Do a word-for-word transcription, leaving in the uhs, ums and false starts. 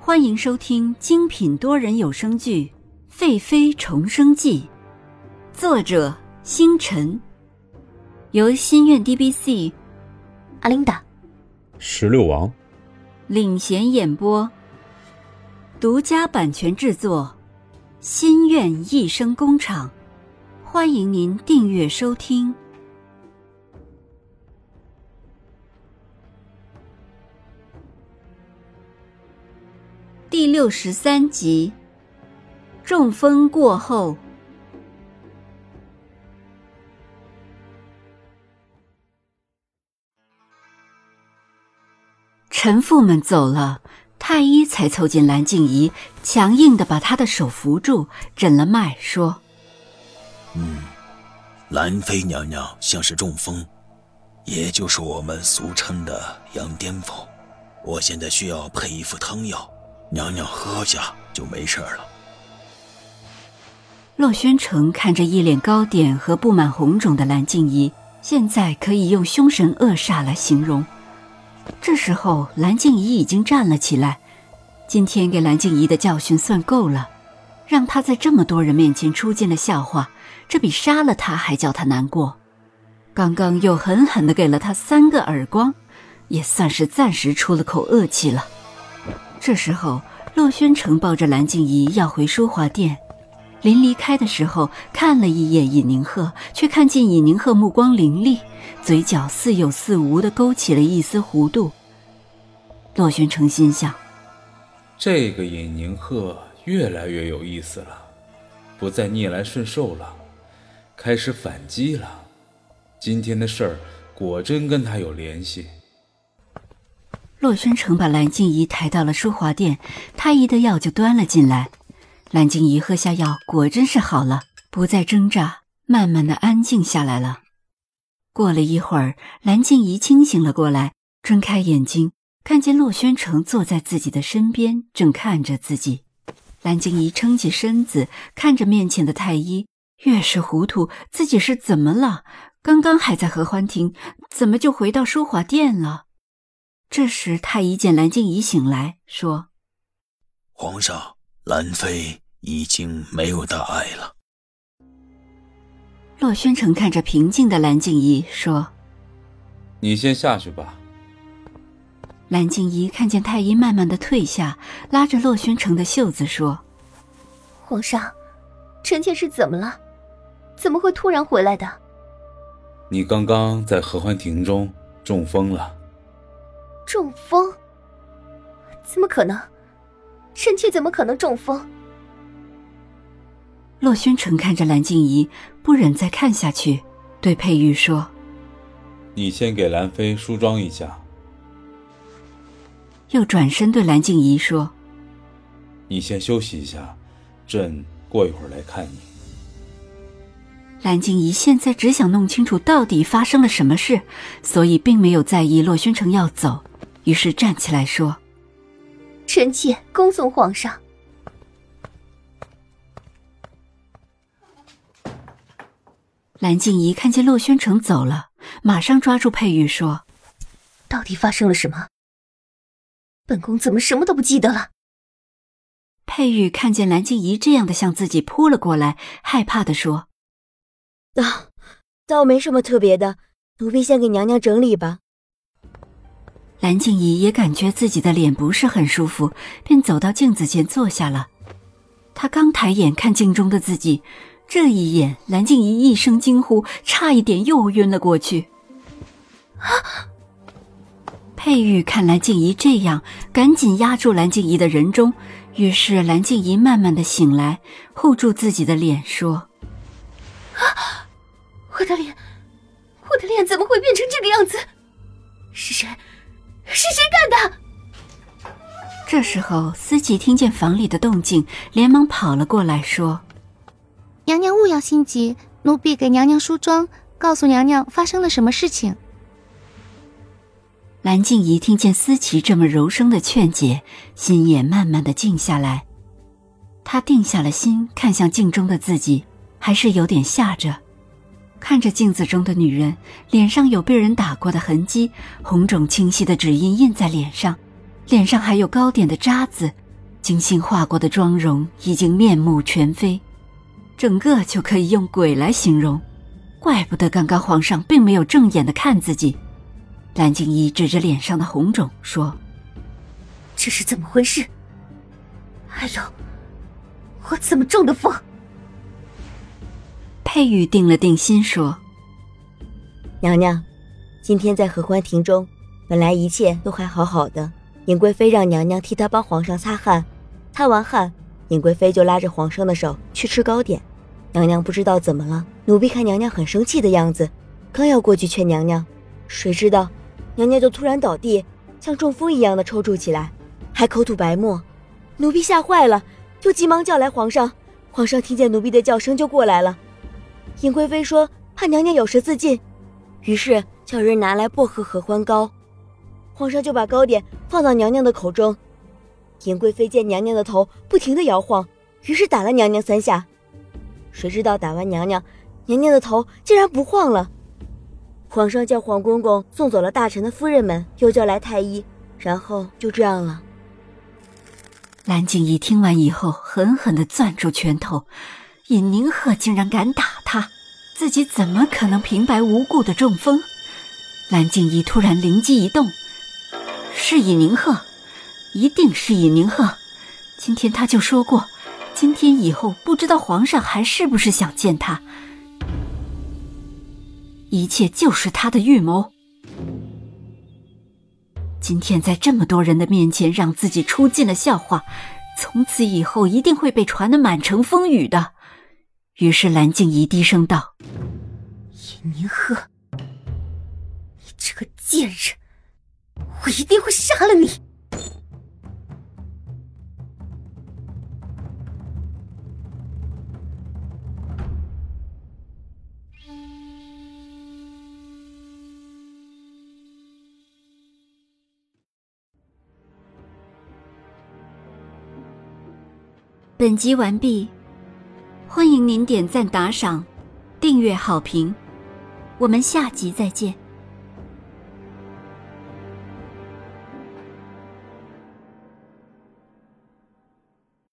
欢迎收听精品多人有声剧《废妃重生记》，作者星辰，由心愿 D B C、 阿琳达、 十六王领衔演播，独家版权制作，心愿一声工厂。欢迎您订阅收听。第六十三集，中风过后。臣妇们走了，太医才凑近蓝静怡，强硬地把她的手扶住，诊了脉，说： 嗯，兰妃娘娘像是中风，也就是我们俗称的羊癫疯。我现在需要配一副汤药，娘娘喝下就没事了。 洛宣城看着一脸糕点和布满红肿的蓝静怡，现在可以用凶神恶煞来形容。这时候蓝静怡已经站了起来，今天给蓝静怡的教训算够了，让她在这么多人面前出尽了笑话，这比杀了她还叫她难过。刚刚又狠狠地给了她三个耳光，也算是暂时出了口恶气了。这时候洛宣城抱着蓝静怡要回淑华殿，临离开的时候看了一眼尹宁鹤，却看见尹宁鹤目光凌厉，嘴角似有似无地勾起了一丝弧度。洛宣城心想， 这个尹宁鹤越来越有意思了，不再逆来顺受了，开始反击了。今天的事儿果真跟他有联系。 洛宣城把蓝静怡抬到了淑华殿，太医的药就端了进来。蓝静怡喝下药，果真是好了，不再挣扎，慢慢的安静下来了。过了一会儿，蓝静怡清醒了过来，睁开眼睛，看见洛宣城坐在自己的身边，正看着自己。蓝静怡撑起身子，看着面前的太医，越是糊涂，自己是怎么了？刚刚还在合欢亭，怎么就回到淑华殿了？这时太医见蓝静怡醒来，说： 皇上，兰妃已经没有大碍了。 洛宣城看着平静的蓝静怡，说： 你先下去吧。 蓝静怡看见太医慢慢的退下，拉着洛宣城的袖子说： 皇上，臣妾是怎么了？怎么会突然回来的？ 你刚刚在合欢亭中中风了。 中风？怎么可能？臣妾怎么可能中风？ 洛宣城看着蓝静怡，不忍再看下去，对佩玉说： 你先给兰妃梳妆一下。 又转身对蓝静怡说： 你先休息一下，朕过一会儿来看你。 蓝静怡现在只想弄清楚到底发生了什么事，所以并没有在意洛宣城要走，于是站起来说： 臣妾恭送皇上。 蓝静怡看见洛宣城走了，马上抓住佩玉说： 到底发生了什么？本宫怎么什么都不记得了？ 佩玉看见蓝静怡这样的向自己扑了过来，害怕地说： 倒倒没什么特别的，奴婢先给娘娘整理吧。 蓝静怡也感觉自己的脸不是很舒服，便走到镜子前坐下了。她刚抬眼看镜中的自己，这一眼蓝静怡一声惊呼，差一点又晕了过去。 啊！ 佩玉看蓝静怡这样，赶紧压住蓝静怡的人中，于是蓝静怡慢慢的醒来，护住自己的脸说： 啊！我的脸，我的脸怎么会变成这个样子？是谁？是谁干的？ 这时候思琪听见房里的动静，连忙跑了过来说： 娘娘勿要心急，奴婢给娘娘梳妆，告诉娘娘发生了什么事情。 蓝静怡听见思琪这么柔声的劝解，心也慢慢的静下来。她定下了心，看向镜中的自己，还是有点吓着。看着镜子中的女人，脸上有被人打过的痕迹，红肿清晰的指印印在脸上，脸上还有糕点的渣子， 精心画过的妆容已经面目全非，整个就可以用鬼来形容。怪不得刚刚皇上并没有正眼的看自己。蓝静怡指着脸上的红肿说： 这是怎么回事？还有，我怎么中的风？ 佩玉定了定心说： 娘娘，今天在合欢亭中，本来一切都还好好的，尹贵妃让娘娘替她帮皇上擦汗，擦完汗，尹贵妃就拉着皇上的手去吃糕点。娘娘不知道怎么了，奴婢看娘娘很生气的样子，刚要过去劝娘娘，谁知道娘娘就突然倒地，像中风一样的抽搐起来，还口吐白沫。奴婢吓坏了，就急忙叫来皇上。皇上听见奴婢的叫声就过来了。尹贵妃说怕娘娘有失自尽，于是叫人拿来薄荷合欢糕。皇上就把糕点放到娘娘的口中。尹贵妃见娘娘的头不停地摇晃，于是打了娘娘三下。谁知道打完娘娘，娘娘的头竟然不晃了。皇上叫皇公公送走了大臣的夫人们，又叫来太医，然后就这样了。 蓝静怡听完以后狠狠地攥住拳头，尹宁鹤竟然敢打她，自己怎么可能平白无故的中风？蓝静怡突然灵机一动，是尹宁鹤，一定是尹宁鹤。今天他就说过，今天以后不知道皇上还是不是想见他，一切就是他的预谋。今天在这么多人的面前让自己出尽了笑话，从此以后一定会被传得满城风雨的。于是蓝静怡低声道： 尹宁鹤，你这个贱人，我一定会杀了你。 本集完毕，欢迎您点赞打赏、订阅好评，我们下集再见。